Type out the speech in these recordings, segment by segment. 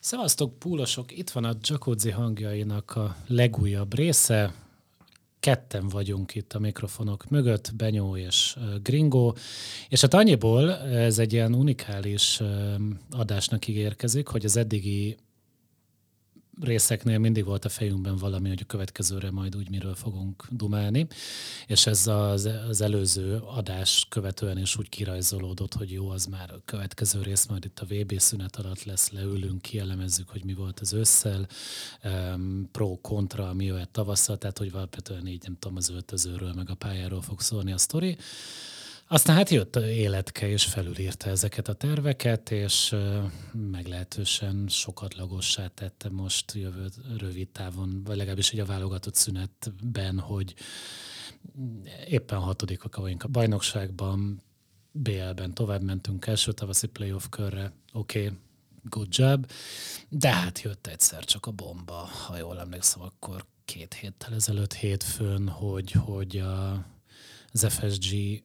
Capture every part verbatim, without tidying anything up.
Szevasztok, púlosok! Itt van a Jacuzzi hangjainak a legújabb része. Ketten vagyunk itt a mikrofonok mögött, Benyó és uh, Gringo. És hát annyiból ez egy ilyen unikális uh, adásnak ígérkezik, hogy az eddigi részeknél mindig volt a fejünkben valami, hogy a következőre majd úgy miről fogunk dumálni, és ez az, az előző adás követően is úgy kirajzolódott, hogy jó, az már a következő rész, majd itt a vé bé szünet alatt lesz, leülünk, kielemezzük, hogy mi volt az ősszel, um, pro, kontra, mi jöhet tavasszal, tehát hogy alapvetően így nem tudom, az öltözőről, meg a pályáról fog szólni a sztori. Aztán hát jött a Életke, és felülírta ezeket a terveket, és uh, meglehetősen sokadlagossá tette most jövő rövid távon, vagy legalábbis így a válogatott szünetben, hogy éppen hatodikak vagyunk a bajnokságban, bé el-ben tovább mentünk első tavaszi playoff körre, oké, okay, good job, de hát jött egyszer csak a bomba, ha jól emlékszem, akkor két héttel ezelőtt hétfőn, hogy, hogy a, az ef es gé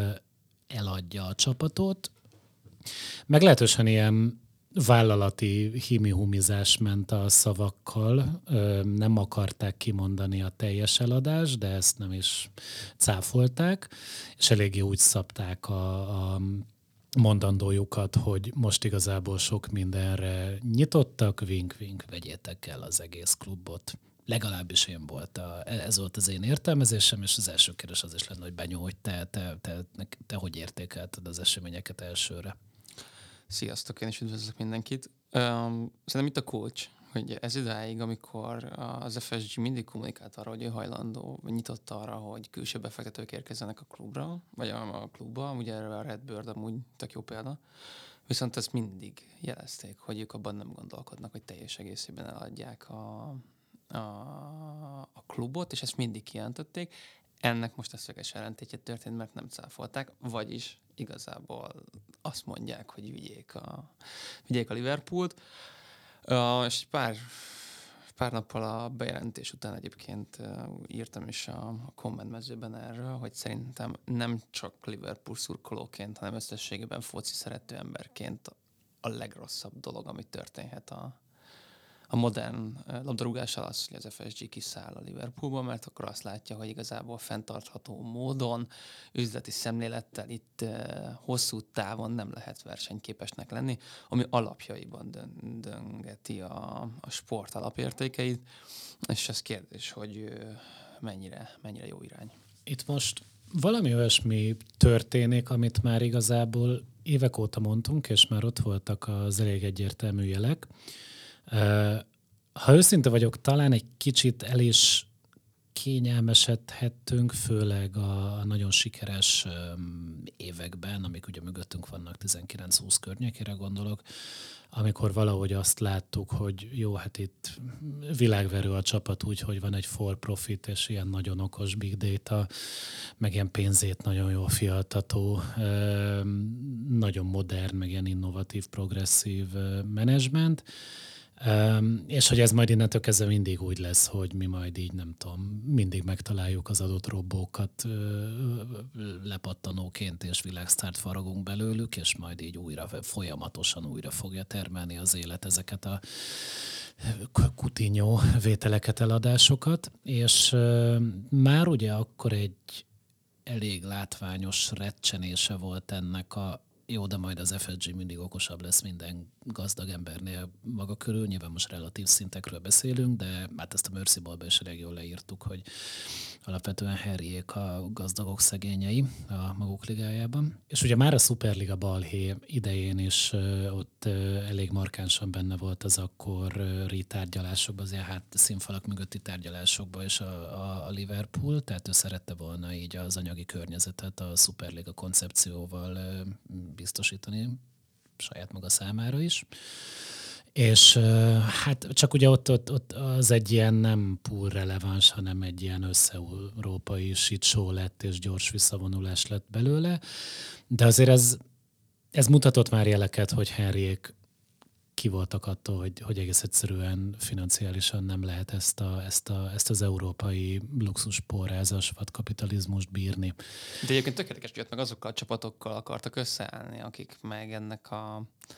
eladja a csapatot. Meglehetősen ilyen vállalati himihumizás ment a szavakkal. Nem akarták kimondani a teljes eladást, de ezt nem is cáfolták, és eléggé úgy szabták a, a mondandójukat, hogy most igazából sok mindenre nyitottak, vink-vink, vegyétek el az egész klubot. Legalábbis én volt a, ez volt az én értelmezésem, és az első kérdés az is lenne, hogy Benyó, hogy te, te, te, te, te hogy értékelted az eseményeket elsőre? Sziasztok, én is üdvözlök mindenkit. Um, szerintem itt a coach, hogy ez idáig, amikor az ef es gé mindig kommunikált arra, hogy ő hajlandó, vagy nyitott arra, hogy külső befektetők érkezzenek a klubra, vagy a, a klubba, ugye erre a Redbird amúgy tök jó példa, viszont ezt mindig jelezték, hogy ők abban nem gondolkodnak, hogy teljes egészében eladják a A, a klubot, és ezt mindig kijelentették. Ennek most a szöges ellentétje történt, mert nem cáfolták, vagyis igazából azt mondják, hogy vigyék a, vigyék a Liverpoolt. Uh, és pár, pár nappal a bejelentés után egyébként uh, írtam is a, a kommentmezőben erről, hogy szerintem nem csak Liverpool szurkolóként, hanem összességében foci szerető emberként a legrosszabb dolog, ami történhet a A modern labdarúgással az, hogy az ef es gé kiszáll a Liverpoolból, mert akkor azt látja, hogy igazából fenntartható módon, üzleti szemlélettel itt uh, hosszú távon nem lehet versenyképesnek lenni, ami alapjaiban dön- döngeti a, a sport alapértékeit, és ez kérdés, hogy uh, mennyire, mennyire jó irány. Itt most valami olyasmi történik, amit már igazából évek óta mondtunk, és már ott voltak az elég egyértelmű jelek. Ha őszinte vagyok, talán egy kicsit el is kényelmesedhettünk, főleg a nagyon sikeres években, amik ugye mögöttünk vannak, tizenkilenc-húsz környékére gondolok, amikor valahogy azt láttuk, hogy jó, hát itt világverő a csapat úgy, hogy van egy for profit, és ilyen nagyon okos big data, meg ilyen pénzét nagyon jól fialtató, nagyon modern, meg ilyen innovatív, progresszív menedzsment. Um, és hogy ez majd innentől kezdve mindig úgy lesz, hogy mi majd így, nem tudom, mindig megtaláljuk az adott robókat uh, lepattanóként, és világsztárt faragunk belőlük, és majd így újra, folyamatosan újra fogja termelni az élet ezeket a Coutinho vételeket, eladásokat, és uh, már ugye akkor egy elég látványos recsenése volt ennek a jó, de majd az ef es gé mindig okosabb lesz minden gazdag embernél maga körül. Nyilván most relatív szintekről beszélünk, de hát ezt a Mercy Ball-ba is elég jól leírtuk, hogy alapvetően Harryék a gazdagok szegényei a maguk ligájában. És ugye már a Superliga balhé idején is uh, ott uh, elég markánsan benne volt az akkori tárgyalásokban, az ilyen hát színfalak mögötti tárgyalásokban is a, a, a Liverpool, tehát ő szerette volna így az anyagi környezetet a Superliga koncepcióval uh, biztosítani saját maga számára is. És hát csak ugye ott, ott, ott az egy ilyen nem pur releváns, hanem egy ilyen össze-európai shit show lett, és gyors visszavonulás lett belőle. De azért ez, ez mutatott már jeleket, hogy Henryék ki voltak attól, hogy, hogy egész egyszerűen financiálisan nem lehet ezt, a, ezt, a, ezt az európai luxuspórázas vadkapitalizmust bírni. De egyébként tökéletes, hogy meg azokkal a csapatokkal akartak összeállni, akik meg ennek a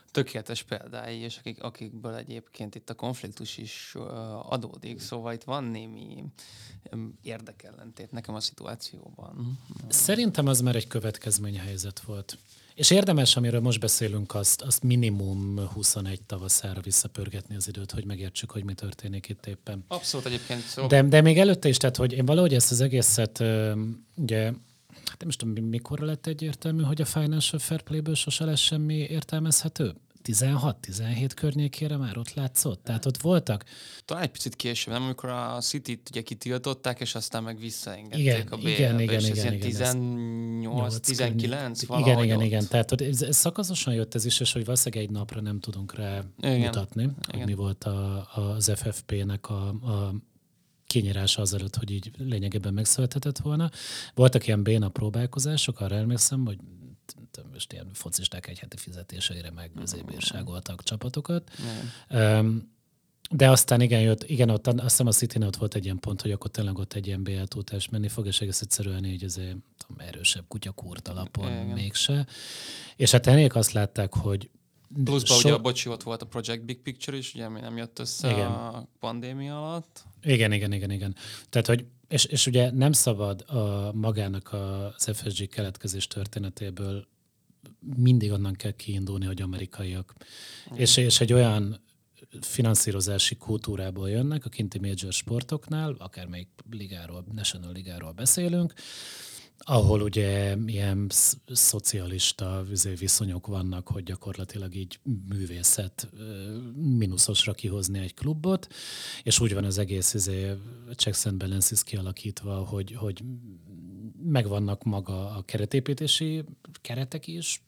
tökéletes példái, és akik, akikből egyébként itt a konfliktus is uh, adódik, szóval itt van némi um, érdekellentét nekem a szituációban. Szerintem az már egy következményhelyzet volt. És érdemes, amiről most beszélünk, azt, azt minimum huszonegy tavaszára visszapörgetni az időt, hogy megértsük, hogy mi történik itt éppen. Abszolút egyébként. Szóval... De, de még előtte is, tehát, hogy én valahogy ezt az egészet, ugye, hát nem is tudom, mikor lett egyértelmű, hogy a Financial Fair Play-ből sose lesz semmi értelmezhető? tizenhat-tizenhét környékére már ott látszott? Tehát ott voltak? Talán egy picit később, nem? Amikor a City-t ugye kitiltották, és aztán meg visszaengedték igen, a bé el-be, igen, igen, és igen, ez igen, tizennyolc tizenkilenc Igen, igen, igen. Tehát hogy ez, ez szakaszosan jött ez is, és hogy valószínűleg egy napra nem tudunk rá igen, mutatni, igen. hogy mi volt a, az ef ef pé-nek a, a kinyirása azelőtt, hogy így lényegében megszülethetett volna. Voltak ilyen béna próbálkozások, arra emlékszem, hogy most ilyen focisták egy heti fizetéseire meg bírságoltak csapatokat. Um, de aztán igen, jött, igen, ott, azt hiszem a City-nél ott volt egy ilyen pont, hogy akkor tényleg ott egy ilyen bé el túltás menni fog, és egész egyszerűen így azért tudom, erősebb kutyakúrt alapon igen. mégse. És hát ennél azt látták, hogy pluszban so... ugye, bocsi, ott volt a Project Big Picture is, ugye, ami nem jött össze igen. a pandémia alatt. Igen, igen, igen, igen. Tehát, hogy és, és ugye nem szabad a magának az ef es gé keletkezés történetéből mindig onnan kell kiindulni, hogy amerikaiak. És, és egy olyan finanszírozási kultúrából jönnek, a kinti major sportoknál, akármelyik ligáról, National Ligáról beszélünk, ahol ugye ilyen szocialista viszonyok vannak, hogy gyakorlatilag így művészet mínuszosra kihozni egy klubot, és úgy van az egész izé, checks and balances kialakítva, hogy, hogy megvannak maga a keretépítési keretek is,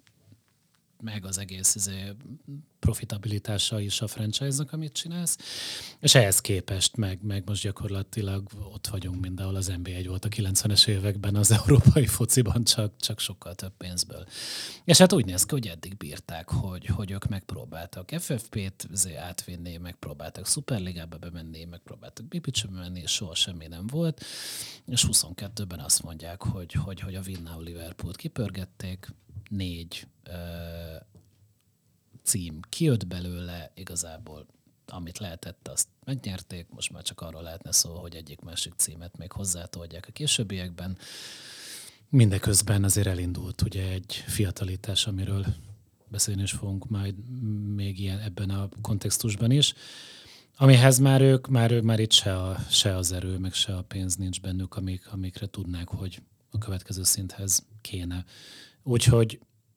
meg az egész izé, profitabilitása is a franchise-nak, amit csinálsz. És ehhez képest meg, meg most gyakorlatilag ott vagyunk mindenhol az en bé egy volt a kilencvenes években az európai fociban, csak, csak sokkal több pénzből. És hát úgy néz ki, hogy eddig bírták, hogy, hogy ők megpróbáltak ef ef pét átvinni, megpróbáltak Superligába bemenni, megpróbáltak bé pé cé-be menni, és soha semmi nem volt. És huszonkettőben azt mondják, hogy, hogy, hogy a Win Now Liverpoolt kipörgették, négy uh, cím kijött belőle, igazából amit lehetett, azt megnyerték, most már csak arról lehetne szó, hogy egyik-másik címet még hozzátolják a későbbiekben. Mindeközben azért elindult ugye egy fiatalítás, amiről beszélni is fogunk majd még ilyen ebben a kontextusban is, amihez már ők, már, ők, már itt se, a, se az erő, meg se a pénz nincs bennük, amik, amikre tudnák, hogy a következő szinthez kéne. Úgyhogy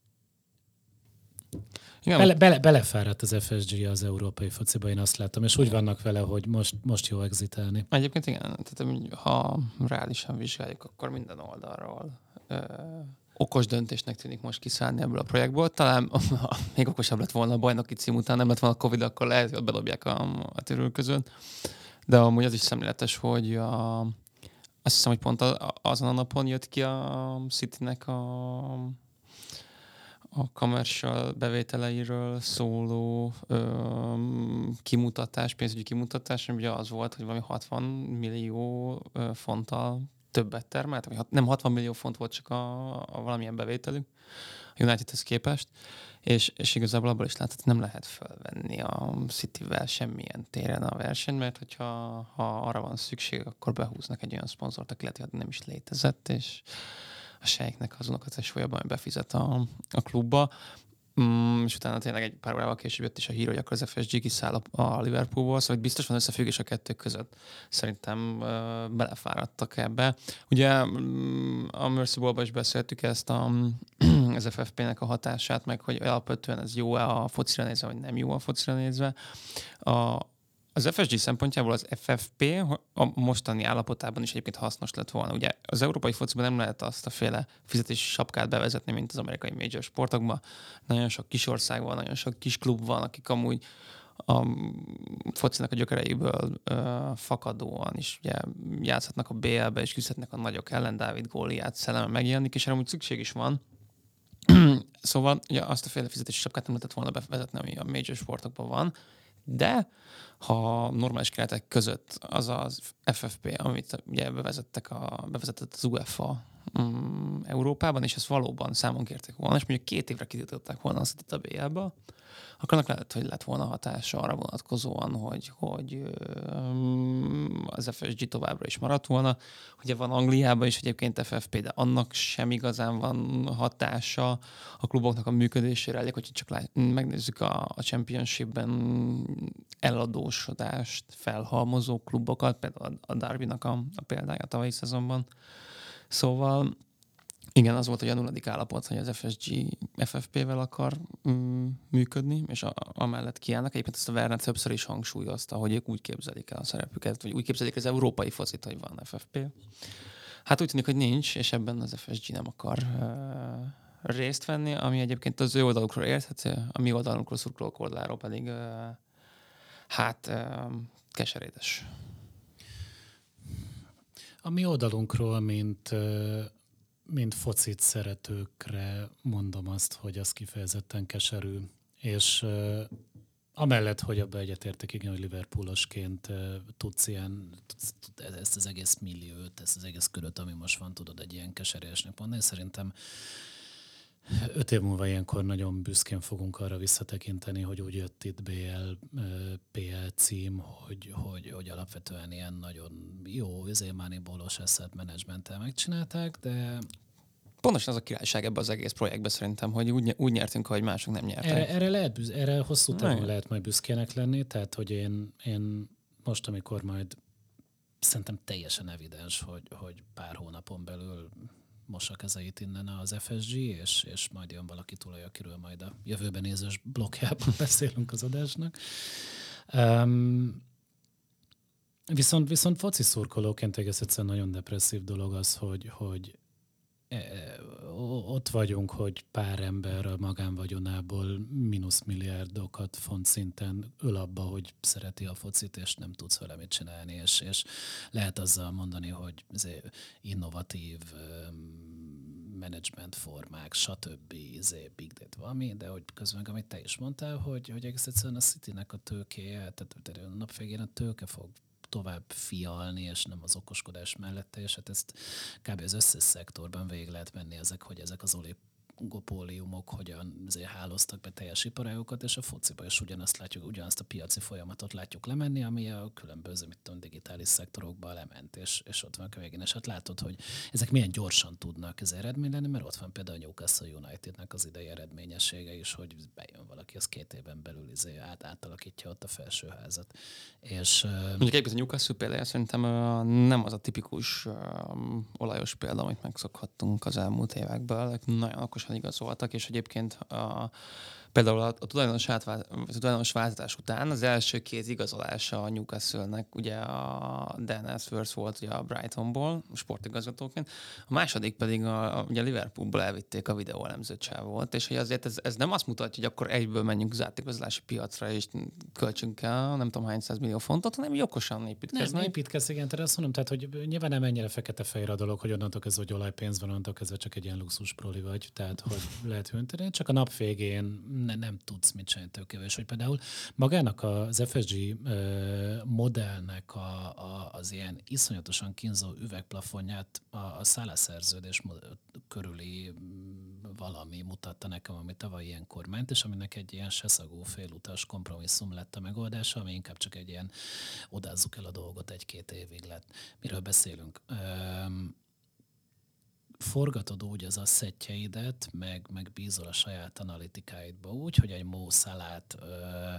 bele, bele, belefáradt az ef es gé az európai fociba, én azt látom, és úgy vannak vele, hogy most, most jó exitálni. Egyébként igen, tehát ha reálisan vizsgáljuk, akkor minden oldalról ö, okos döntésnek tűnik most kiszállni ebből a projektból. Talán még okosabb lett volna a bajnoki cím után, nem lett volna a Covid, akkor lehet, hogy bedobják a, a törülközőn. De amúgy az is szemléletes, hogy a, azt hiszem, hogy pont azon a napon jött ki a Citynek a a commercial bevételeiről szóló ö, kimutatás, pénzügyi kimutatás, ugye az volt, hogy valami hatvan millió ö, fonttal többet termelt, vagy hat, nem hatvan millió font volt csak a, a valamilyen bevételük a Unitedhez képest, és, és igazából abból is látható, nem lehet felvenni a Cityvel semmilyen téren a versenyt, mert hogyha ha arra van szükség, akkor behúznak egy olyan szponzort, aki lehet, hogy nem is létezett, és a sejknek az unokatesójában befizet a, a klubba. Mm, és utána tényleg egy pár órával később jött is a hír, hogy akkor az ef es gé kiszáll a, a Liverpoolból, szóval biztos van összefüggés a kettő között. Szerintem uh, belefáradtak ebbe. Ugye um, a Mercy Ball-ban is beszéltük ezt a, az ef ef pé-nek a hatását, meg hogy alapvetően ez jó-e a focira nézve, vagy nem jó a focira nézve. A, Az ef es gé szempontjából az ef ef pé a mostani állapotában is egyébként hasznos lett volna. Ugye az európai fociban nem lehet azt a féle fizetési sapkát bevezetni, mint az amerikai major sportokban. Nagyon sok kis ország van, nagyon sok kis klub van, akik amúgy a focinak a gyökereiből ö, fakadóan is ugye játszhatnak a bé el-be, és küzdhetnek a nagyok ellen, Dávid Góliát szelleme megjelenik, és erre amúgy szükség is van. Szóval ugye azt a féle fizetési sapkát nem lehetett volna bevezetni, ami a major sportokban van, de ha normális keretek között az az ef ef pé, amit ugye bevezettek a, bevezetett az u e fá um, Európában, és ezt valóban számon kérték volna, és mondjuk két évre kitiltották volna a City-t a bé el-ből, akkor lehet, hogy lett volna hatása arra vonatkozóan, hogy, hogy um, az ef es gé továbbra is maradt volna. Ugye van Angliában is egyébként ef ef pé, de annak sem igazán van hatása a kluboknak a működésére. Elég, hogy csak lát, megnézzük a, a Championship-ben eladósodást felhalmozó klubokat, például a Derbynak a, a példája a tavalyi szezonban. Szóval igen, az volt a nulladik állapot, hogy az ef es gé ef ef pé-vel akar mm, működni, és a, amellett kiállnak. Egyébként ezt a Werner többször is hangsúlyozta, hogy ők úgy képzelik el a szerepüket, vagy úgy képzelik az európai focit, hogy van ef ef pé. Hát úgy tűnik, hogy nincs, és ebben az ef es gé nem akar uh, részt venni, ami egyébként az ő oldalukról érthető, a mi oldalunkról, szurkolók oldaláról pedig uh, hát uh, keserédes. A mi oldalunkról, mint uh... mint focit szeretőkre mondom azt, hogy az kifejezetten keserű, és uh, amellett, hogy abban egyetértek, igen, hogy Liverpoolosként uh, tudsz ilyen, tudsz, ezt az egész milliót, ezt az egész köröt, ami most van, tudod egy ilyen keserésnek mondani. Szerintem öt év múlva ilyenkor nagyon büszkén fogunk arra visszatekinteni, hogy úgy jött itt bé el, pé el cím, hogy, hogy, hogy alapvetően ilyen nagyon jó üzémánibólos asset managementtel megcsinálták, de... Pontosan az a királyság ebben az egész projektben szerintem, hogy úgy, úgy nyertünk, ahogy mások nem nyertek. Erre, erre, lehet, erre hosszú távon lehet majd büszkének lenni, tehát hogy én, én most, amikor majd szerintem teljesen evidens, hogy, hogy pár hónapon belül mossa a kezeit innen az ef es gé, és, és majd jön valaki tulaj, akiről majd a jövőben nézős blokkjában beszélünk az adásnak. Um, viszont, viszont foci szurkolóként egész egyszerűen nagyon depresszív dolog az, hogy, hogy ott vagyunk, hogy pár ember a magánvagyonából mínusz milliárdokat font szinten öl abba, hogy szereti a focit, és nem tudsz vele mit csinálni, és, és lehet azzal mondani, hogy innovatív management formák, stb. Big data valami, de hogy közben, amit te is mondtál, hogy, hogy egész egyszerűen a Citynek a tőkéje, tehát a nap végén a tőke fog tovább fialni, és nem az okoskodás mellette, és hát ezt kb. Az összes szektorban végig lehet menni ezek, hogy ezek az oligopóliumok hogyan azért háloztak be teljes iparágokat, és a fociba is ugyanazt látjuk, ugyanazt a piaci folyamatot látjuk lemenni, ami a különböző, mit tudom, digitális szektorokban lement, és, és ott van a végén. És hát látod, hogy ezek milyen gyorsan tudnak ez eredmény lenni, mert ott van például a Newcastle Unitednek az idei eredményessége is, hogy bejön valaki, az két éven belül izé át, átalakítja ott a felsőházat. És, mondjuk egyébként a Newcastle példája szerintem nem az a tipikus um, olajos példa, amit megszokhattunk az elmúlt évekből. Nagyon okosan igazoltak, és egyébként a, például a, a tulajdonos, átvá, a tulajdonos változás után az első két igazolása a Newcastle-nek, ugye a Dan Ashworth volt ugye a Brightonból, sportigazgatóként, a második pedig a, a, ugye Liverpoolból elvitték a videóelemző csávót, és hogy azért ez, ez nem azt mutatja, hogy akkor egyből menjünk az átigazolási piacra, és költsünk el nem tudom hány száz millió fontot, hanem okosan építkeznek. Nem, építkezz, igen, tehát azt mondom, tehát, hogy nyilván nem ennyire fekete-fehér a dolog, hogy onnantól kezdve, hogy olajpénz van, onnantól kezdve csak egy ilyen luxus proli vagy, tehát hogy lehet hönteni, csak a nap végén ne, nem tudsz mit csinálni tőkével, és hogy például magának az ef es gé uh, modellnek a, a, az ilyen iszonyatosan kínzó üvegplafonját a, a szállásszerződés körüli valami mutatta nekem, ami tavaly ilyenkor ment, és aminek egy ilyen seszagú félutas kompromisszum lett a megoldása, ami inkább csak egy ilyen odázzuk el a dolgot egy-két évig lett. Miről beszélünk? Um, forgatod úgy az asszettjeidet, meg, meg bízol a saját analitikáidba úgy, hogy egy Mo Salát ö,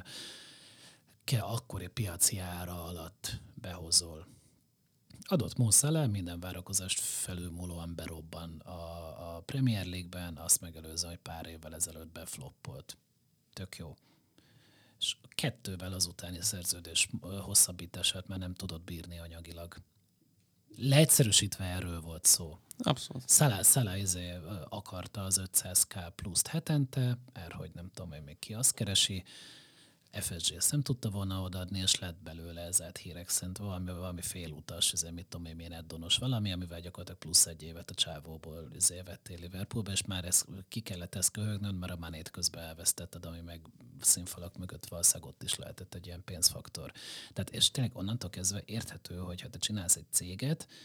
kell akkori piaci ára alatt behozol. Adott Mo Salah minden várakozást felülmúlóan berobban a, a Premier League-ben, azt megelőző, hogy pár évvel ezelőtt befloppolt. Tök jó. És kettővel az utáni szerződés hosszabbítását már nem tudod bírni anyagilag. Leegyszerűsítve erről volt szó. Abszolút. Salah, Salah izé akarta az ötszáz k pluszt hetente, mert hogy nem tudom, hogy még ki azt keresi. ef es gé ezt nem tudta volna odaadni, és lett belőle ezért hírek szerint valami, valami félutas, ezért mit tudom én, milyen eddonos valami, amivel gyakorlatilag plusz egy évet a csávóból izé vettél Liverpoolba, és már ez, ki kellett ezt köhögnöd, mert a Manét közben elvesztetted, ami meg színfalak mögött valószínűleg ott is lehetett egy ilyen pénzfaktor. Tehát és tényleg onnantól kezdve érthető, hogy ha te csinálsz egy céget,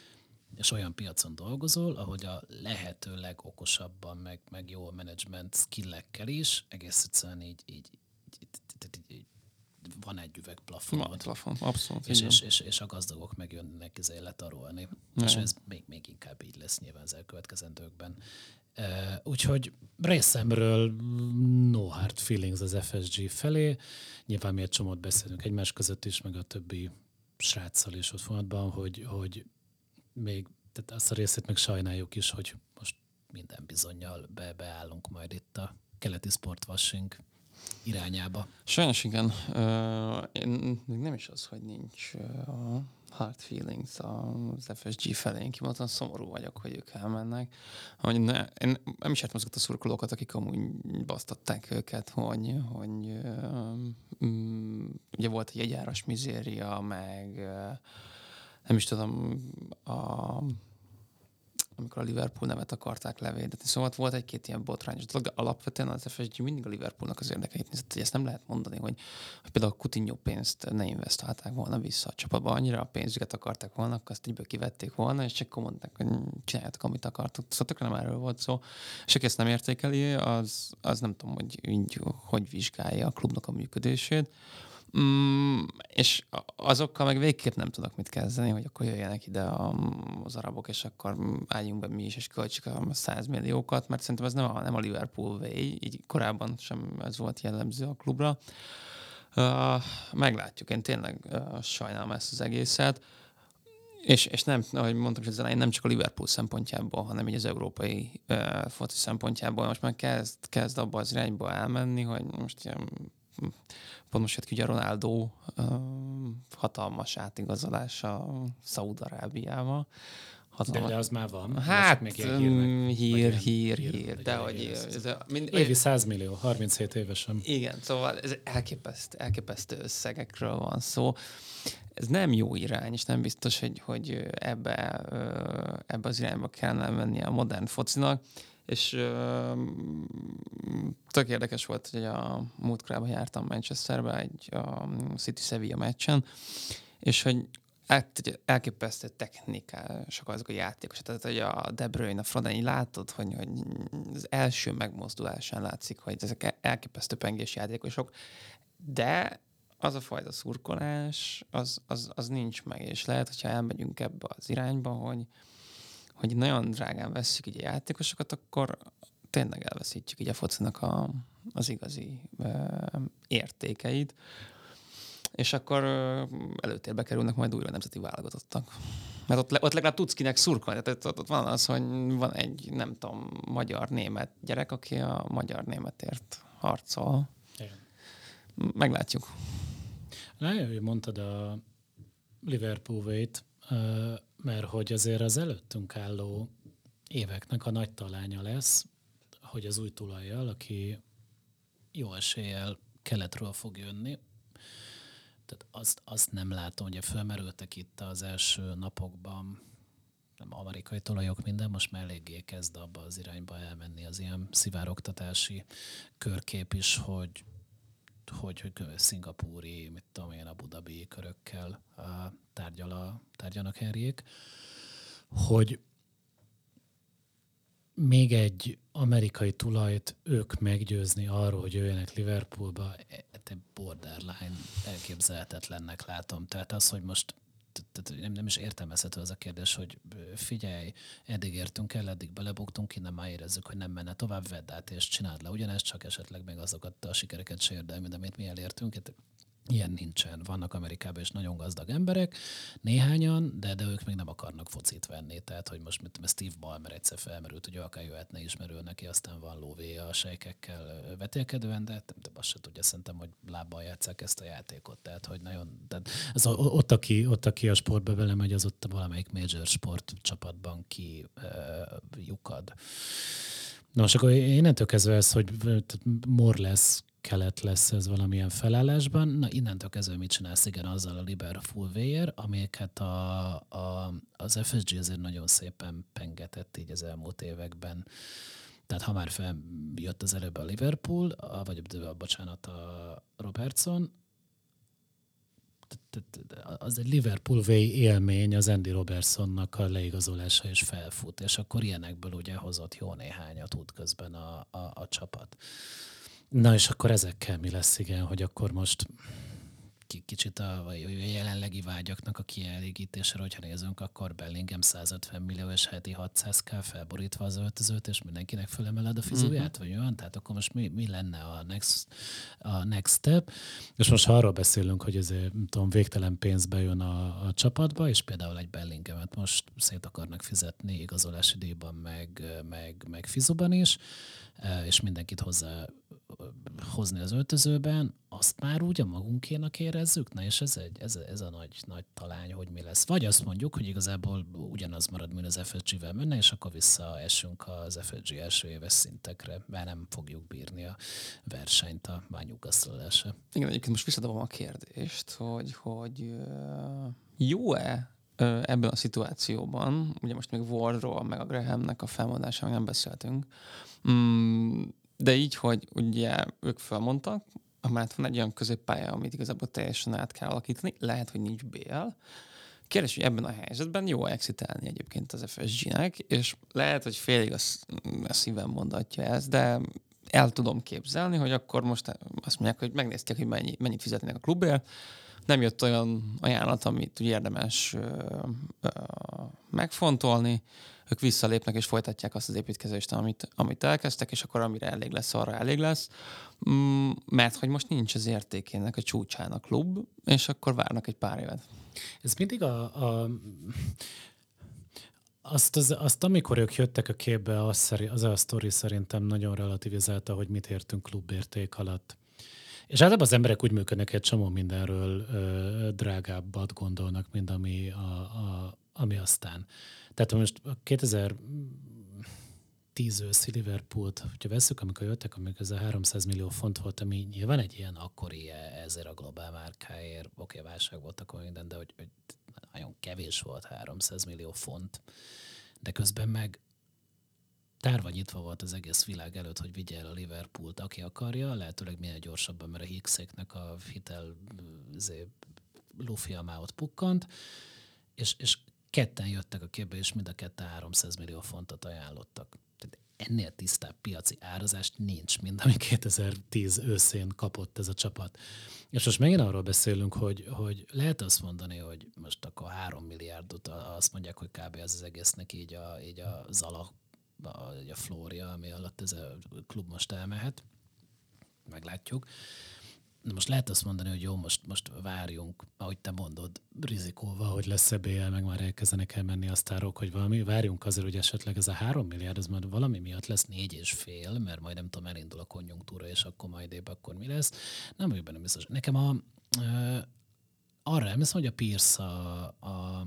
és olyan piacon dolgozol, ahogy a lehető legokosabban, meg, meg jó management skillekkel is, egész egyszerűen így, így, így, így, így van egy üveg plafonod. Plafon, abszolút. És, és, és, és a gazdagok megjönnek izé letarolni. Ne. És ez még, még inkább így lesz nyilván az elkövetkezendőkben. Uh, úgyhogy részemről no hard feelings az ef es gé felé. Nyilván mi egy csomót beszélünk egymás között is, meg a többi sráccal is ott folyamatban, hogy, hogy még tehát azt a részét meg sajnáljuk is, hogy most minden bizonnyal be, beállunk majd itt a keleti sportwashing irányába. Sajnos igen. Uh, én nem is az, hogy nincs uh, hard feelings az ef es gé felé. Én kimondottan szomorú vagyok, hogy ők elmennek. Hogy ne, én nem is értem azokat a szurkolókat, akik amúgy basztatták őket, hogy, hogy uh, um, ugye volt egy jegyáras mizéria, meg uh, nem is tudom, a amikor a Liverpool nevet akarták levédetni. Szóval volt egy-két ilyen botrányos dolog, de alapvetően az ef es gé mindig a Liverpoolnak az érdekeit nézett, hogy ezt nem lehet mondani, hogy, hogy például a Coutinho pénzt ne investálták volna vissza a csapatba, annyira a pénzüket akarták volna, akkor azt egyből kivették volna, és csak mondták, hogy csináljátok, amit akartok. Szóval tökre nem erről volt szó. És aki ezt nem értékeli, az, az nem tudom, hogy így, hogy vizsgálja a klubnak a működését. Mm, és azokkal meg végképp nem tudok mit kezdeni, hogy akkor jöjjenek ide a, az arabok, és akkor álljunk be mi is, és költsük a száz milliókat, mert szerintem ez nem a, nem a Liverpool way, így korábban sem ez volt jellemző a klubra. Uh, meglátjuk, én tényleg uh, sajnálom ezt az egészet, és, és nem, ahogy mondtam, hogy az elején nem csak a Liverpool szempontjából, hanem így az európai uh, foci szempontjából most már kezd, kezd abba az irányba elmenni, hogy most ilyen pont most jött ki, ugye Ronaldo uh, hatalmas átigazolása Szaúd-Arábiával. De, de az már van. Hát, még hír, hír, hír, hír. De hogy ez a, mind, évi száz millió, harminchét évesen. Igen, szóval ez elképesztő, elképesztő összegekről van szó. Ez nem jó irány, és nem biztos, hogy, hogy ebbe, ebbe az irányba kellene menni a modern focinak. És uh, tök érdekes volt, hogy a múltkorában jártam Manchesterbe egy a City-Sevilla meccsen, és hogy elképesztő technikások azok a játékosok. Tehát, hogy a De Bruyne, a Foden, látod, hogy, hogy az első megmozdulásán látszik, hogy ezek elképesztő pengés játékosok, de az a fajta szurkolás, az, az, az nincs meg, és lehet, hogyha elmegyünk ebbe az irányba, hogy hogy nagyon drágán vesszük így a játékosokat, akkor tényleg elveszítjük így a focinak a, az igazi ö, értékeit, és akkor ö, előtérbe kerülnek majd újra nemzeti válogatottak. Mert ott, le, ott legalább tudsz kinek szurkolni. Tehát ott, ott van az, hogy van egy, nem tudom, magyar-német gyerek, aki a magyar-németért harcol. Igen. Meglátjuk. Nagyon, hogy mondtad a Liverpool way-t, mert hogy azért az előttünk álló éveknek a nagy talánya lesz, hogy az új tulajjal, aki jó eséllyel keletről fog jönni. Tehát azt, azt nem látom, hogy felmerültek itt az első napokban, nem amerikai tulajok minden, most már eléggé kezd abba az irányba elmenni az ilyen szivárogtatási körkép is, hogy hogy, hogy szingapúri, mit tudom én, Abu Dhabi körökkel uh, tárgyal a, tárgyalnak Henryék, hogy még egy amerikai tulajt ők meggyőzni arról, hogy jöjjenek Liverpoolba, egy borderline elképzelhetetlennek látom. Tehát az, hogy most nem, nem is értelmezhető az a kérdés, hogy figyelj, eddig értünk el, eddig belebuktunk, innen már érezzük, hogy nem menne tovább, vedd át és csináld le ugyanezt, csak esetleg még azokat a sikereket se érdemli, amit mi elértünk. Hát ilyen nincsen. Vannak Amerikában is nagyon gazdag emberek, néhányan, de, de ők még nem akarnak focit venni. Tehát, hogy most mit, Steve Ballmer egyszer felmerült, hogy akár jöhetne, ismerő neki, aztán van lóvé a sejkekkel vetélkedően, de, de azt se tudja, szerintem, hogy lábbal játsszák ezt a játékot. Tehát, hogy nagyon, tehát az, ott, aki, ott, aki a sportba belemegy, az ott valamelyik major sport csapatban ki uh, lyukad. Nos, akkor innentől kezdve ez, hogy more lesz, kelet lesz ez valamilyen felállásban. Na, innentől kezdve mit csinálsz? Igen, azzal a Liverpool way-er, amiket a, a, az ef es gé azért nagyon szépen pengetett így az elmúlt években. Tehát ha már feljött az előbb a Liverpool, a, vagy a, bocsánat, a Robertson, az egy Liverpool way élmény, az Andy Robertsonnak a leigazolása és felfut, és akkor ilyenekből ugye hozott jó néhányat útközben a, a, a csapat. Na és akkor ezekkel mi lesz, igen, hogy akkor most kicsit a, a jelenlegi vágyaknak a kielégítésre, hogyha nézünk, akkor Bellingham százötven millió és heti hatszázk felborítva az öltözőt, és mindenkinek fölemeled a fizuját, uh-huh. vagy olyan? Tehát akkor most mi, mi lenne a next, a next step? És most ha arról beszélünk, hogy ezért, tudom, végtelen pénz bejön a, a csapatba, és például egy Bellinghamet most szét akarnak fizetni igazolási díjban, meg, meg, meg fizuban is, és mindenkit hozzá hozni az öltözőben, azt már úgy a magunkénak érezzük? Na és ez, egy, ez, ez a nagy, nagy talány, hogy mi lesz. Vagy azt mondjuk, hogy igazából ugyanaz marad, mint az ef es gé-vel menne, és akkor visszaesünk az ef es gé első éves szintekre, mert nem fogjuk bírni a versenyt a bányugasztalása. Igen, egyébként most visszadobom a kérdést, hogy, hogy jó-e ebben a szituációban, ugye most még Wardról, meg a Grahamnek a felmondásáról nem beszéltünk, mm, de így, hogy ugye ők felmondtak, mert van egy olyan középpálya, amit igazából teljesen át kell alakítani, lehet, hogy nincs bé el. Kérdés, hogy ebben a helyzetben jó exitálni egyébként az ef es gé-nek, és lehet, hogy félig a, a szívem mondatja ezt, de el tudom képzelni, hogy akkor most azt mondják, hogy megnézték, hogy mennyi, mennyit fizetnének a klubért, nem jött olyan ajánlat, amit ugye érdemes ö, ö, megfontolni, ők visszalépnek és folytatják azt az építkezést, amit, amit elkezdtek, és akkor amire elég lesz, arra elég lesz. Mm, mert hogy most nincs az értékének a csúcsán a klub, és akkor várnak egy pár évet. Ez mindig a... a... Azt, az, azt, amikor ők jöttek a képbe, az, szeri, az a sztori szerintem nagyon relativizálta, hogy mit értünk klubérték alatt. És általában az emberek úgy működnek, egy csomó mindenről ö, drágábbat gondolnak, mint ami, a, a, ami aztán. Tehát most a kétezer-tíz őszi Liverpoolt, hogyha veszük, amikor jöttek, amikor ez a háromszáz millió font volt, ami nyilván egy ilyen akkori ezért a globál márkáért, oké, válság volt akkor minden, de hogy, hogy nagyon kevés volt háromszáz millió font. De közben meg tárva nyitva volt az egész világ előtt, hogy vigye el a Liverpoolt, aki akarja, lehetőleg minél gyorsabban, mert a Hickséknek a hitel lufia már ott pukkant, és, és ketten jöttek a képbe, és mind a ketten háromszáz millió fontot ajánlottak. Tehát ennél tisztább piaci árazást nincs, mint ami kétezer-tíz őszén kapott ez a csapat. És most megint arról beszélünk, hogy, hogy lehet azt mondani, hogy most akkor három milliárdot azt mondják, hogy kb. Ez az egésznek így a, így a zala, a, a flória, ami alatt ez a klub most elmehet. Meglátjuk. De most lehet azt mondani, hogy jó, most, most várjunk, ahogy te mondod, rizikóval, hogy lesz-e bé el, meg már elkezdenek elmenni a sztárok, hogy valami, várjunk azért, hogy esetleg ez a három milliárd, ez majd valami miatt lesz négy és fél, mert majd nem tudom, elindul a konjunktúra, és akkor majd épp akkor mi lesz. Nem vagyok benne biztos. Nekem a, ö, arra emlékszem, hogy a Pierce a, a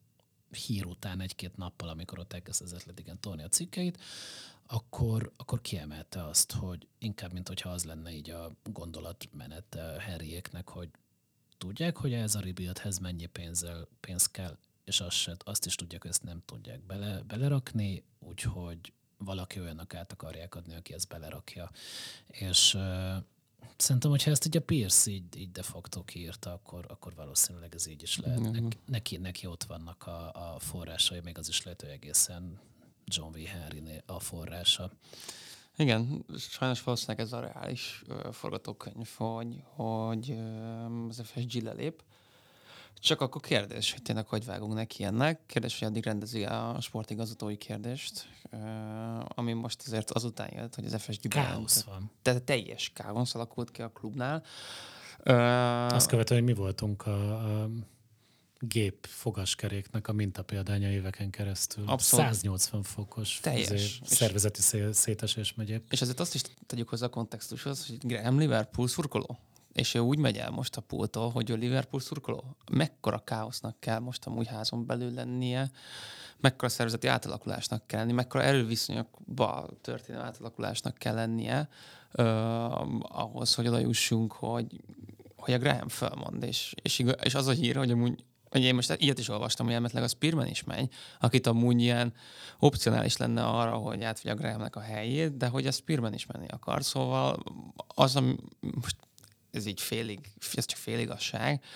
hír után egy-két nappal, amikor ott elkezdte az Atletiken tolni a cikkeit, akkor, akkor kiemelte azt, hogy inkább, mint hogyha az lenne így a gondolatmenet Harryéknek, hogy tudják, hogy ez a rebuildhez mennyi pénzzel, pénz kell, és azt, se, azt is tudják, hogy ezt nem tudják bele, belerakni, úgyhogy valaki olyannak át akarják adni, aki ezt belerakja. És uh, szerintem, hogyha ezt így a Pierce így, így de facto kiírta, akkor, akkor valószínűleg ez így is lehet. Mm-hmm. Neki, neki ott vannak a, a forrásai, még az is lehet, hogy egészen John V. Henry a forrása. Igen, sajnos valószínűleg ez a reális uh, forgatókönyv, hogy, hogy uh, az ef es gé lelép. Csak akkor kérdés, hogy tényleg hogy vágunk neki ennek. Kérdés, hogy addig rendezi a sportigazgatói kérdést, uh, ami most azért azután jött, hogy az ef es gé káosz van. Tehát teljes káosz alakult ki a klubnál. Uh, Azt követően, hogy mi voltunk a, a gép fogaskeréknek a mintapéldánya éveken keresztül. Abszolút. száznyolcvan fokos teljes. szervezeti szé- szétesés megy épp. És azért azt is tegyük hozzá a kontextushoz, hogy Graham Liverpool szurkoló. És ő úgy megy el most a pulttól, hogy ő Liverpool szurkoló. Mekkora káosznak kell most amúgy házon belül lennie, mekkora szervezeti átalakulásnak kell lenni, mekkora erőviszonyokba történő átalakulásnak kell lennie uh, ahhoz, hogy oda jussunk, hogy, hogy a Graham felmond. És, és, igaz, és az a hír, hogy amúgy hogy én most ilyet is olvastam, hogy elmetleg a Spearman is megy, akit amúgy ilyen opcionális lenne arra, hogy átvegye a Grahamnek a helyét, de hogy a Spearman is menni akar. Szóval az, ami most ez így félig, ez csak fél igazság,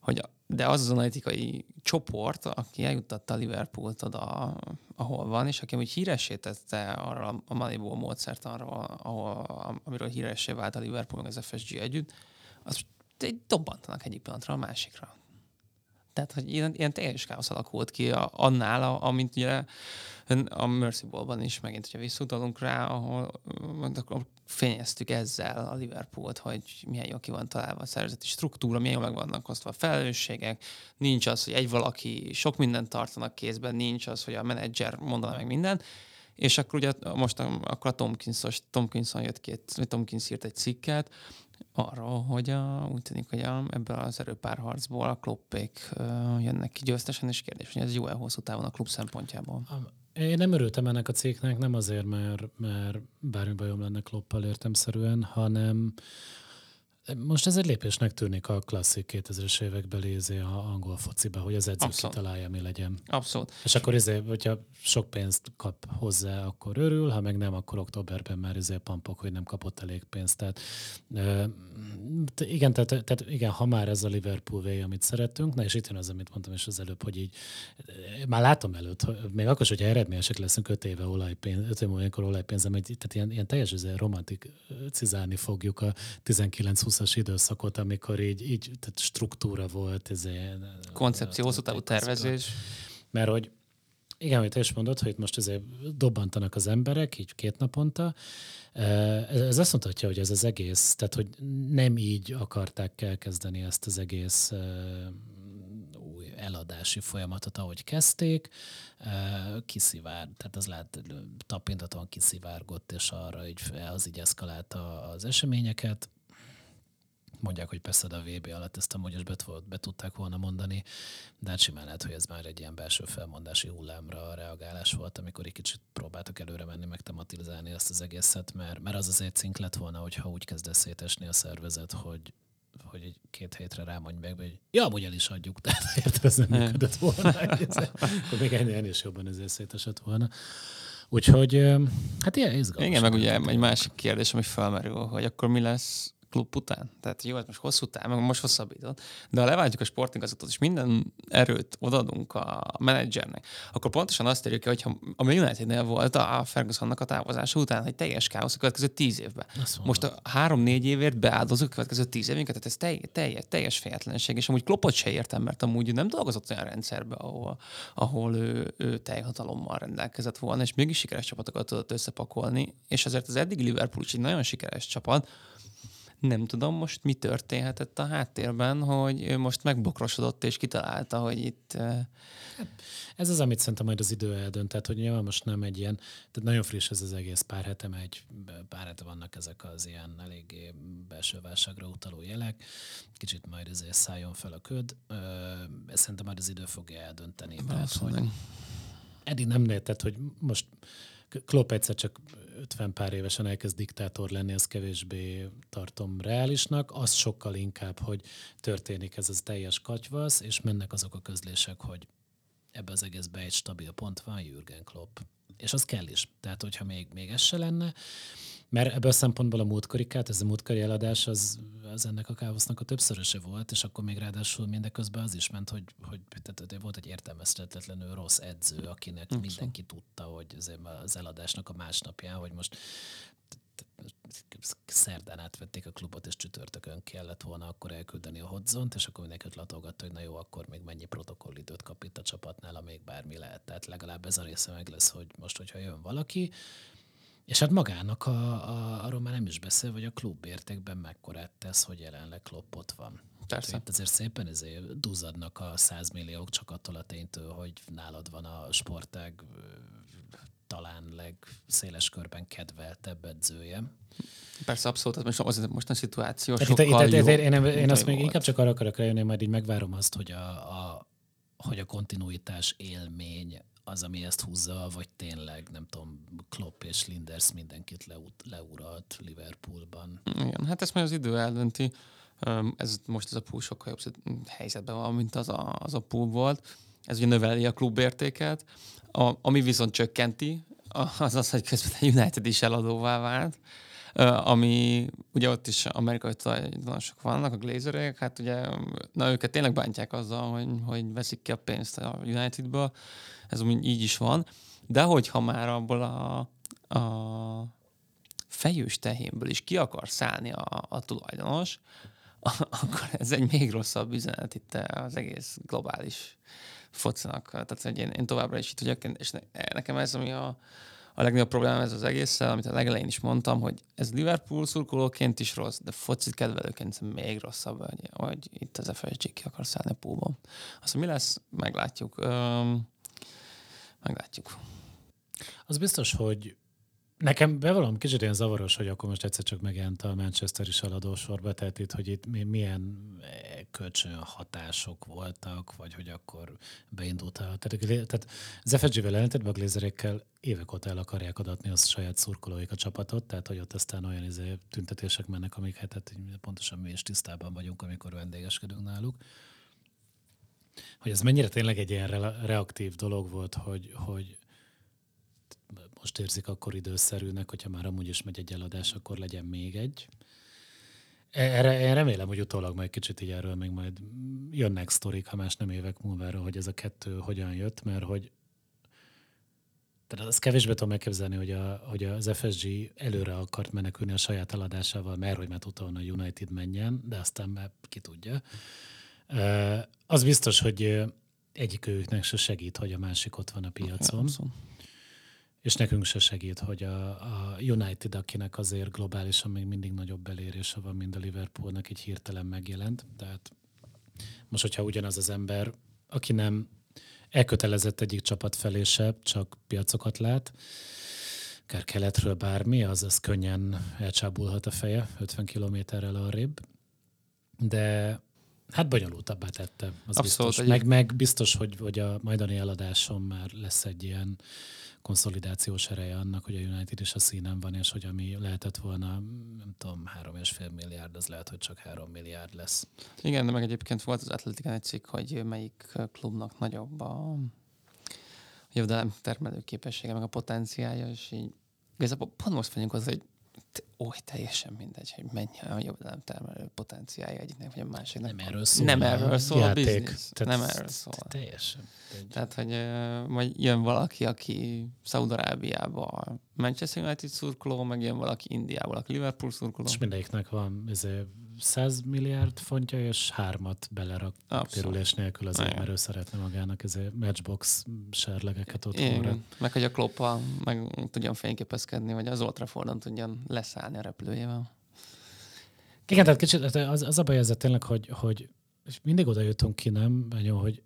hogy de az az analitikai csoport, aki eljuttatta a Liverpoolt oda, ahol van, és aki amúgy híressé tette arra a Moneyball módszert, arra, ahol, amiről híressé vált a Liverpool meg az ef es gé együtt, az egy dobbantanak egyik pillanatra a másikra. Tehát, hogy ilyen, ilyen teljes káosz alakult ki a, annál, a, amint ugye a Mercy Ball-ban is megint, hogyha visszautalunk rá, ahol akkor fényeztük ezzel a Liverpoolt, hogy milyen jól ki van találva a szervezeti struktúra, milyen jól meg vannak osztva a felelősségek, nincs az, hogy egy valaki sok mindent tartanak kézben, nincs az, hogy a menedzser mondaná meg mindent, és akkor ugye most a, akkor a Tomkinsos, Tomkinson jött két, Tomkins írt egy cikket, arról, hogy a, úgy tűnik, hogy a, ebből az erőpárharcból a Kloppék uh, jönnek ki győztesen, és kérdés, hogy ez jó-e hosszú távon a klub szempontjából. Én nem örültem ennek a cikknek, nem azért, mert, mert bármi bajom lenne Kloppal értelemszerűen, hanem most ez egy lépésnek tűnik a klasszik kétezres évekbeli izé a angol fociba, hogy az edző Abszolút. kitalálja, mi legyen. Abszolút. És akkor ezért, hogyha sok pénzt kap hozzá, akkor örül, ha meg nem, akkor októberben már ezért pampok, hogy nem kapott elég pénzt. Tehát, e, igen, tehát, tehát igen, ha már ez a Liverpool way, amit szeretünk, na és itt jön az, amit mondtam is az előbb, hogy így már látom előtt, hogy még akkor is, hogyha eredményesek leszünk öt éve olajpénz, öt éve olyankor olajpénzem, tehát ilyen, ilyen teljes romanticizálni fogjuk a tizenkilenc-húszas időszakot, amikor így, így tehát struktúra volt. Ezért, koncepció, hosszú távú tervezés. Mert hogy igen, hogy te is mondod, hogy most ezért dobbantanak az emberek, így két naponta. Ez azt mutatja, hogy ez az egész, tehát hogy nem így akarták elkezdeni ezt az egész új eladási folyamatot, ahogy kezdték. Kiszivár, tehát az lát, tapintatóan kiszivárgott, és arra hogy az így eszkalálta az eseményeket. Mondják, hogy persze a vé bé alatt ezt amúgy is be, be tudták volna mondani, de hát simán lehet, hogy ez már egy ilyen belső felmondási hullámra a reagálás volt, amikor egy kicsit próbáltak előre menni, meg tematizálni ezt az egészet, mert, mert az azért cink lett volna, hogyha úgy kezdesz szétesni a szervezet, hogy, hogy egy két hétre rámondj meg, hogy ja, amúgy el is adjuk, tehát érted, ez nem működött volna, akkor még ennél is jobban ezért szétesett volna. Úgyhogy, hát ilyen izgalmas. Igen, meg ugye egy másik kérdés, ami felmerül, hogy akkor mi lesz klub után. Tehát jó, ez most hosszú táv, meg most hosszabbított, de ha leváltjuk a sportigazgatót, és minden erőt odaadunk a menedzsernek, akkor pontosan azt érjük ki, hogyha a Unitednél volt a Fergusonnak a távozása után, hogy teljes káosz a következő tíz évben. Most a három-négy évért beáldozunk a következő tíz évünket, tehát ez teljes, teljes, teljes fejetlenség, és amúgy Kloppot se értem, mert amúgy nem dolgozott olyan rendszerbe, ahol, ahol ő, ő teljhatalommal rendelkezett volna, és mégis sikeres csapatokat tudott összepakolni, és azért az eddig Liverpool is egy nagyon sikeres csapat. Nem tudom most, mi történhetett a háttérben, hogy ő most megbokrosodott és kitalálta, hogy itt... Ez az, amit szerintem majd az idő eldönt, tehát hogy nyilván most nem egy ilyen, tehát nagyon friss ez az egész, pár hete megy, pár hete vannak ezek az ilyen eléggé belső válságra utaló jelek, kicsit majd ezért szálljon fel a köd, ezt szerintem majd az idő fogja eldönteni. Tehát, hogy eddig nem lehetett, hogy most Klopp egyszer csak ötven pár évesen elkezd diktátor lenni, az kevésbé tartom reálisnak, az sokkal inkább, hogy történik ez az teljes katyvasz, és mennek azok a közlések, hogy ebbe az egészben egy stabil pont van, Jürgen Klopp. És az kell is. Tehát, hogyha még, még ez se lenne, mert ebből a szempontból a múltkorikát, ez a múltkori eladás, az, az ennek a káosznak a többszöröse volt, és akkor még ráadásul mindeközben az is ment, hogy, hogy tehát volt egy értelmezhetetlenül rossz edző, akinek Abszolút. mindenki tudta, hogy az eladásnak a másnapján, hogy most szerdán átvették a klubot, és csütörtökön kellett volna akkor elküldeni a Hodzont, és akkor mindenkit latolgatta, hogy na jó, akkor még mennyi protokollidőt kap itt a csapatnál, amíg bármi lehet. Tehát legalább ez a része meg lesz, hogy most, hogyha jön valaki, és hát magának a, a, arról már nem is beszél, hogy a klub értékben mekkorát tesz, hogy jelenleg Klopp ott van. Persze. Itt azért szépen ezért duzzadnak a százmilliók csak attól a ténytől, hogy nálad van a sportág talán legszéles körben kedveltebb edzője. Persze, abszolút, most, az, most a szituáció itt, sokkal itt, jobb. Én, én, én azt még inkább csak arra akarok rájönni, majd így megvárom azt, hogy a, a, hogy a kontinuitás élmény az, ami ezt húzza, vagy tényleg, nem tudom, Klopp és Linders mindenkit leut, leuralt Liverpoolban. Igen, hát ezt majd az idő eldönti. Ez, most ez a pool sokkal jobb helyzetben van, mint az a, az a pool volt. Ez ugye növeli a klubértéket, a, ami viszont csökkenti, az az, hogy közben a United is eladóvá vált. Uh, ami ugye ott is amerikai tulajdonosok vannak, a Glazerek, hát ugye, na őket tényleg bántják azzal, hogy, hogy veszik ki a pénzt a Unitedből, ez úgy így is van, de hogyha már abból a, a fejős tehénből is ki akar szállni a, a tulajdonos, akkor ez egy még rosszabb üzenet itt az egész globális focinak. Tehát, hogy én, én továbbra is itt vagyok, és ne, nekem ez, ami a, a legnagyobb probléma ez az egésszel, amit a legelején is mondtam, hogy ez Liverpool szurkolóként is rossz, de focit kedvelőként még rosszabb, hogy, hogy itt az ef es gé ki akar szállni a púlban. Azt, mi lesz, meglátjuk. Öm, meglátjuk. Az biztos, hogy nekem bevallom kicsit ilyen zavaros, hogy akkor most egyszer csak megjelent a Manchester is eladósorba, tehát itt, hogy itt milyen kölcsön hatások voltak, vagy hogy akkor beindult a... Tehát, tehát az ef es gé-vel ellentétben a Glazerekkel évek óta el akarják adatni a saját szurkolóik a csapatot, tehát hogy ott aztán olyan izé, tüntetések mennek, amik hát, hát pontosan mi is tisztában vagyunk, amikor vendégeskedünk náluk. Hogy ez mennyire tényleg egy ilyen re- reaktív dolog volt, hogy, hogy most érzik akkor időszerűnek, hogyha már amúgy is megy egy eladás, akkor legyen még egy. Erre én remélem, hogy utólag majd kicsit így erről még majd jönnek sztorik, ha más nem évek múlva erről, hogy ez a kettő hogyan jött, mert hogy tehát azt kevésbé tudom megképzelni, hogy, a, hogy az ef es gé előre akart menekülni a saját eladásával, mert hogy már tudta volna a United menjen, de aztán már ki tudja. Az biztos, hogy egyik őknek se segít, hogy a másik ott van a piacon. És nekünk se segít, hogy a, a United, akinek azért globálisan még mindig nagyobb elérése van, mint a Liverpoolnak, így hirtelen megjelent. Tehát most, hogyha ugyanaz az ember, aki nem elkötelezett egyik csapat felé se, csak piacokat lát, akár keletről bármi, az, az könnyen elcsábulhat a feje, ötven kilométerrel arrébb. De hát bonyolultabbá tette, az abszolút, biztos. Meg, meg biztos, hogy, hogy a majdani eladáson már lesz egy ilyen konszolidációs ereje annak, hogy a United is a színen van, és hogy ami lehetett volna, nem tudom, három és fél milliárd, az lehet, hogy csak három milliárd lesz. Igen, de meg egyébként volt az Atletikán egy cikk, hogy melyik klubnak nagyobb a jövedelem termelő képessége, meg a potenciálja, és így igazából pont most vagyunk az, hogy oly teljesen mindegy, hogy mennyi a jövedelem termelő potenciálja egyiknek, vagy a másiknak. Nem erről szól. Nem erről szól a játék. biznisz. Tehát nem erről szól. Teljesen. Tehát, hogy uh, majd jön valaki, aki Szaúd-Arábiában Manchester United szurkoló, meg jön valaki Indiából, aki Liverpool szurkoló. És mindegyiknek van száz milliárd fontja, és hármat belerak térülés nélkül azért, mert ő szeretne magának ezért matchbox serlegeket otthonra. Meg hogy a Kloppal meg tudjon fényképezkedni, vagy az Old Traffordon tudjon leszállni a repülőjével. Igen, tehát kicsit az, az a baj ezzel tényleg, hogy, hogy mindig oda jutunk ki, nem, Benyó, hogy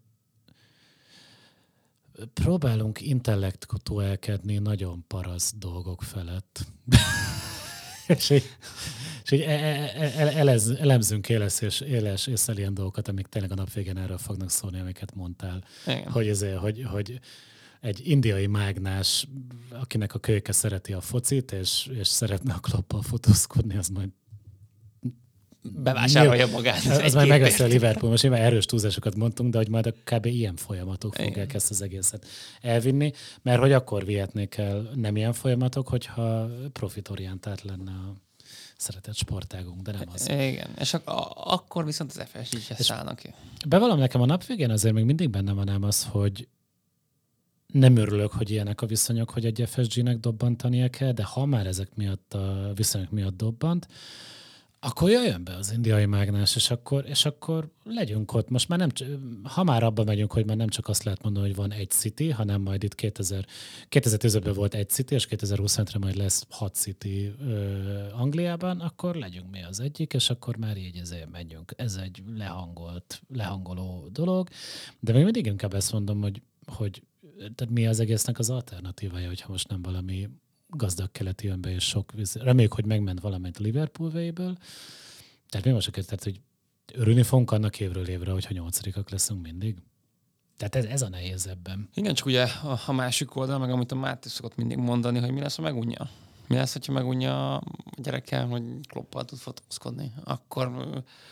próbálunk intellektuálkedni nagyon paraszt dolgok felett. és így, és így elez, elemzünk éles és, éles észre ilyen dolgokat, amik tényleg a nap végén erről fognak szólni, amiket mondtál. Hogy, ezért, hogy, hogy egy indiai mágnás, akinek a kölyke szereti a focit, és, és szeretne a Kloppal fotózkodni, az majd bevásárolja magát. Az, az majd megveszi a Liverpool. Most nyilván erős túlzásokat mondtunk, de hogy majd a kb. Ilyen folyamatok fogják ezt az egészet elvinni, mert hogy akkor vihetnék el nem ilyen folyamatok, hogyha profitorientált lenne a szeretett sportágunk, de nem az. Igen, és ak- akkor viszont az ef es gé-se szállnak ki. Bevallom, nekem a nap végén azért még mindig benne van ám az, hogy nem örülök, hogy ilyenek a viszonyok, hogy egy ef es gé-nek dobbantania kell, de ha már ezek miatt a viszonyok miatt dobbant, akkor jöjjön be az indiai mágnás, és akkor, és akkor legyünk ott. Most már nem, ha már abba megyünk, hogy már nem csak azt lehet mondani, hogy van egy City, hanem majd itt kétezer, kétezer-tízben volt egy City, és kétezer-huszonötre majd lesz hat City ö, Angliában, akkor legyünk mi az egyik, és akkor már így ezért menjünk. Ez egy lehangolt, lehangoló dolog, de még mindig inkább ezt mondom, hogy, hogy tehát mi az egésznek az alternatívája, hogyha most nem valami gazdag keleti jön be, és sok víz. Reméljük, hogy megment valamint a Liverpool vejéből. Tehát mi most tehát, hogy örülni fogunk annak évről évre, hogyha nyolcadikak leszünk mindig. Tehát ez, ez a nehéz ebben. Igen, csak ugye a, a másik oldal, meg amit a Máté szokott mindig mondani, hogy mi lesz, ha megunja. Mi lesz, hogyha megunja a gyerekkel, hogy Kloppal tud fotózkodni. Akkor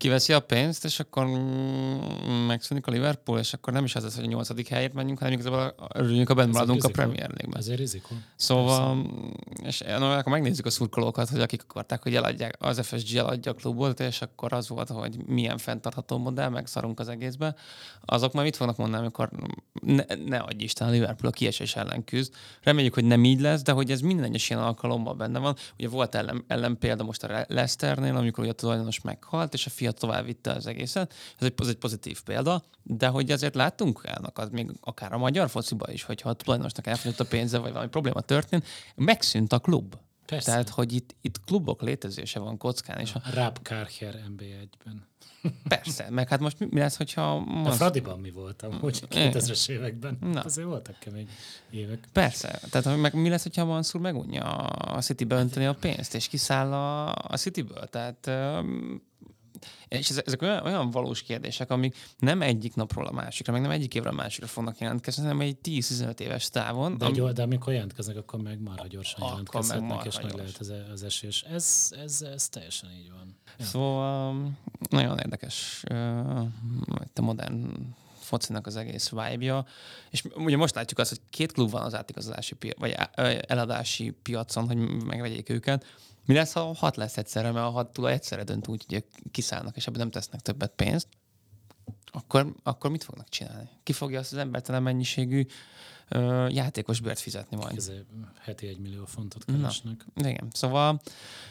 kiveszi a pénzt, és akkor mm, megszűnik a Liverpool, és akkor nem is az lesz, hogy a nyolcadik helyért menjünk, hanem igazából örüljünk, ha bent maradunk a Premier League-ben. Ezért rizikó. Szóval, és na, akkor megnézzük a szurkolókat, hogy akik akarták, hogy eladják, az ef es gé eladja a klubot, és akkor az volt, hogy milyen fenntartható modell, meg szarunk az egészbe. Azok már mit fognak mondani, amikor ne, ne adj Isten, a Liverpool a kiesés ellen küzd. Reméljük, hogy nem így lesz, de hogy ez minden egyes ilyen alkalommal benne van. Ugye volt ellen, ellen példa most a Leicesternél, amikor ugye a tulajdonos meghalt, és a fia tovább vitte az egészet. Ez egy, ez egy pozitív példa, de hogy azért láttunk ennek az még akár a magyar fociba is, hogyha a tulajdonosnak elfogyott a pénze, vagy valami probléma történt, megszűnt a klub. Persze. Tehát, hogy itt, itt klubok létezése van kockán. És a Raab Karcher en bé egyben. Persze, meg hát most mi lesz, hogyha... Most... A Fradiban mi voltam, hogy kétezres években. Na. Azért voltak kemény évek. Persze, tehát meg mi lesz, hogyha Mansur megunja a Citybe önteni a pénzt, és kiszáll a, a Cityből. Tehát... És ezek olyan, olyan valós kérdések, amik nem egyik napról a másikra, meg nem egyik évről a másikra fognak jelentkezni, hanem egy tíz-tizenöt éves távon. De, ami... de amikor jelentkeznek, akkor meg marha gyorsan jelentkezhetnek, és nagy lehet az, az esés. Ez, ez, ez teljesen így van. Ja. Szóval nagyon érdekes a modern focinak az egész vibe-ja. És ugye most látjuk azt, hogy két klub van az átigazolási piac, vagy eladási piacon, hogy megvegyék őket. Mi lesz, ha hat lesz egyszerre, mert a hat tulaj egyszerre dönt úgy, hogy kiszállnak, és ebben nem tesznek többet pénzt, akkor, akkor mit fognak csinálni? Ki fogja azt az embertelen mennyiségű uh, játékos bért fizetni majd? Ez heti egy millió fontot keresnek. Na, igen, szóval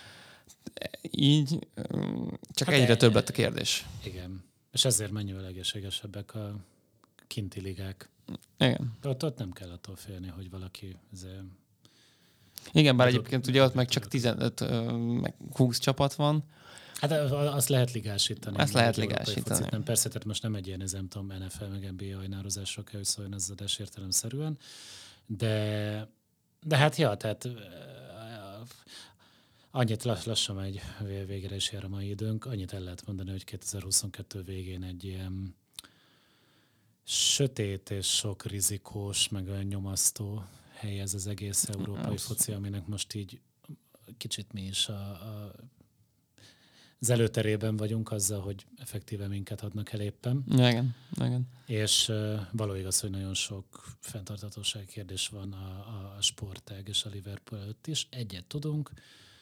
így csak hát egyre e- több lett a kérdés. Igen, és ezért mennyivel egészségesebbek a kinti ligák. Igen. Ott, ott nem kell attól félni, hogy valaki... Ezért igen, bár egyébként ugye ott meg csak tizenöt, meg húsz csapat van. Hát azt lehet ligásítani. Azt lehet ligásítani. Nem, persze, tehát most nem egy ilyen, nem tudom, en ef el meg en bé á ajnározásra kell, hogy szóljon ez az adás értelemszerűen. De, de hát ja, tehát annyit lassan megy, végére is jár a mai időnk, annyit el lehet mondani, hogy kétezer-huszonkettő végén egy ilyen sötét és sok rizikós, meg olyan nyomasztó hely ez az egész európai foci, aminek most így kicsit mi is a, a, az előterében vagyunk azzal, hogy effektíve minket adnak el éppen. Igen, igen. És uh, való igaz, hogy nagyon sok fenntarthatóság kérdés van a, a, a sportág és a Liverpool előtt is. Egyet tudunk,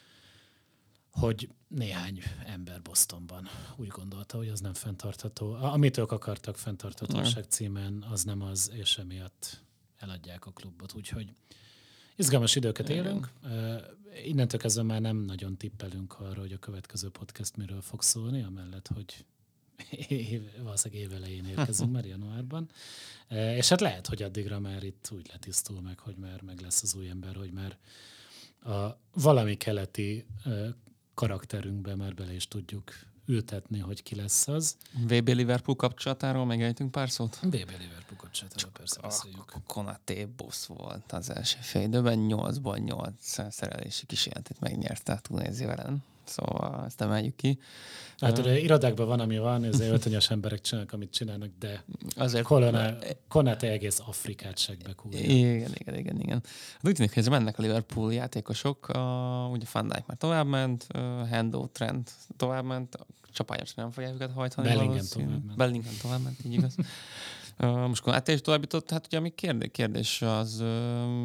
hogy néhány ember Bostonban úgy gondolta, hogy az nem fenntartható. Amit ők akartak fenntarthatóság címen, az nem az, és emiatt eladják a klubot, úgyhogy izgalmas időket élünk. Uh, innentől kezdve már nem nagyon tippelünk arra, hogy a következő podcast miről fog szólni, amellett, hogy év, valószínűleg évelején érkezünk már januárban. Uh, és hát lehet, hogy addigra már itt úgy letisztul meg, hogy már meg lesz az új ember, hogy már a valami keleti uh, karakterünkbe már bele is tudjuk ültetni, hogy ki lesz az. vé bé Liverpool kapcsolatáról megejtünk pár szót? vé bé Liverpool kapcsolatáról persze beszéljük. A Konaté boss volt az első fél időben, nyolcból nyolc szerelési kísérletét megnyerte a Tunézia ellen. Szóval ezt emeljük ki. Hát uh, irodákban van, ami van, ezért öltönyös emberek csinálnak, amit csinálnak, de azért Konaté egész Afrikát segbekúrja. Igen, igen, igen, igen. Hát úgy tűnik, hogy ez mennek a Liverpool játékosok. Uh, ugye Van Dijk már továbbment, uh, Hendo, Trent továbbment, a csapályos nem fogják őket hajtani. Bellingham továbbment. Bellingham továbbment, így igaz. Uh, most Konaté is továbbított, hát ugye ami kérdés, kérdés az uh,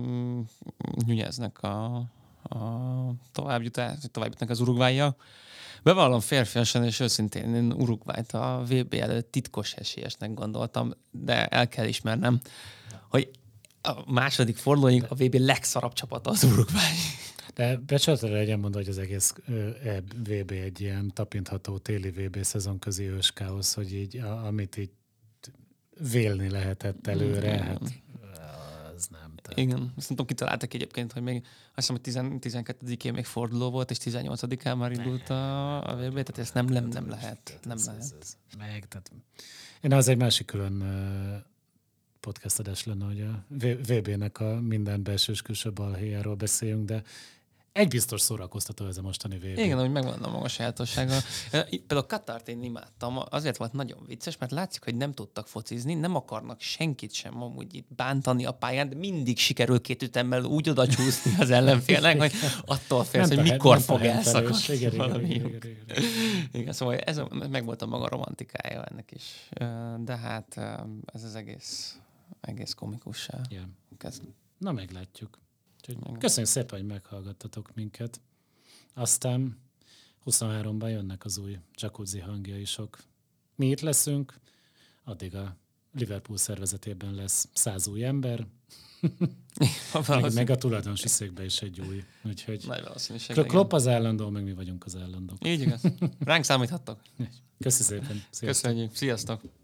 Nuneznek a, a továbbjutás, továbbjutnak az Uruguayja. Bevallom férfiasan és őszintén, én Uruguayt a vé bé előtt titkos esélyesnek gondoltam, de el kell ismernem, hogy a második fordulóig a vé bé legszarabb csapata az Uruguay. De becsületre legyen mondva, hogy az egész vé bé egy ilyen tapintható téli vé bé szezonközi őskáosz, hogy így, a, amit így vélni lehetett előre, mm, hát az nem. Tehát. Igen, azt nem tudom, kitaláltak egyébként, hogy még azt hiszem, hogy tizenkettedikén még forduló volt, és tizennyolcadikán már indult a, a vé bé, tehát ezt nem, nem, nem lehet. Nem ez, lehet. Ez, ez. Meg, tehát én az egy másik külön podcast adás lenne, hogy a vé bének a minden belső és külső balhéjáról beszéljünk, de egy biztos szórakoztató ez a mostani vé bé. Igen, hogy megvan a maga sajátossága. Például Katart én imádtam, azért volt nagyon vicces, mert látszik, hogy nem tudtak focizni, nem akarnak senkit sem amúgy itt bántani a pályán, de mindig sikerül két ütemmel úgy oda csúszni az ellenfélnek, hogy attól félsz, hogy mikor fog elszakadni igen, valami. igen, igen, igen, igen. Igen, szóval ez meg volt a maga romantikája ennek is. De hát ez az egész, egész komikussá yeah. kezd. Na, meglátjuk. Köszönjük szépen, hogy meghallgattatok minket. Aztán huszonháromban jönnek az új Jacuzzi hangjaisok. Mi itt leszünk, addig a Liverpool szervezetében lesz száz új ember, meg, meg a tulajdonosi székben is egy új. Úgyhogy Klopp az állandó, meg mi vagyunk az állandók. Így igaz. Ránk számíthattok. Köszi szépen. Sziasztok. Köszönjük. Sziasztok.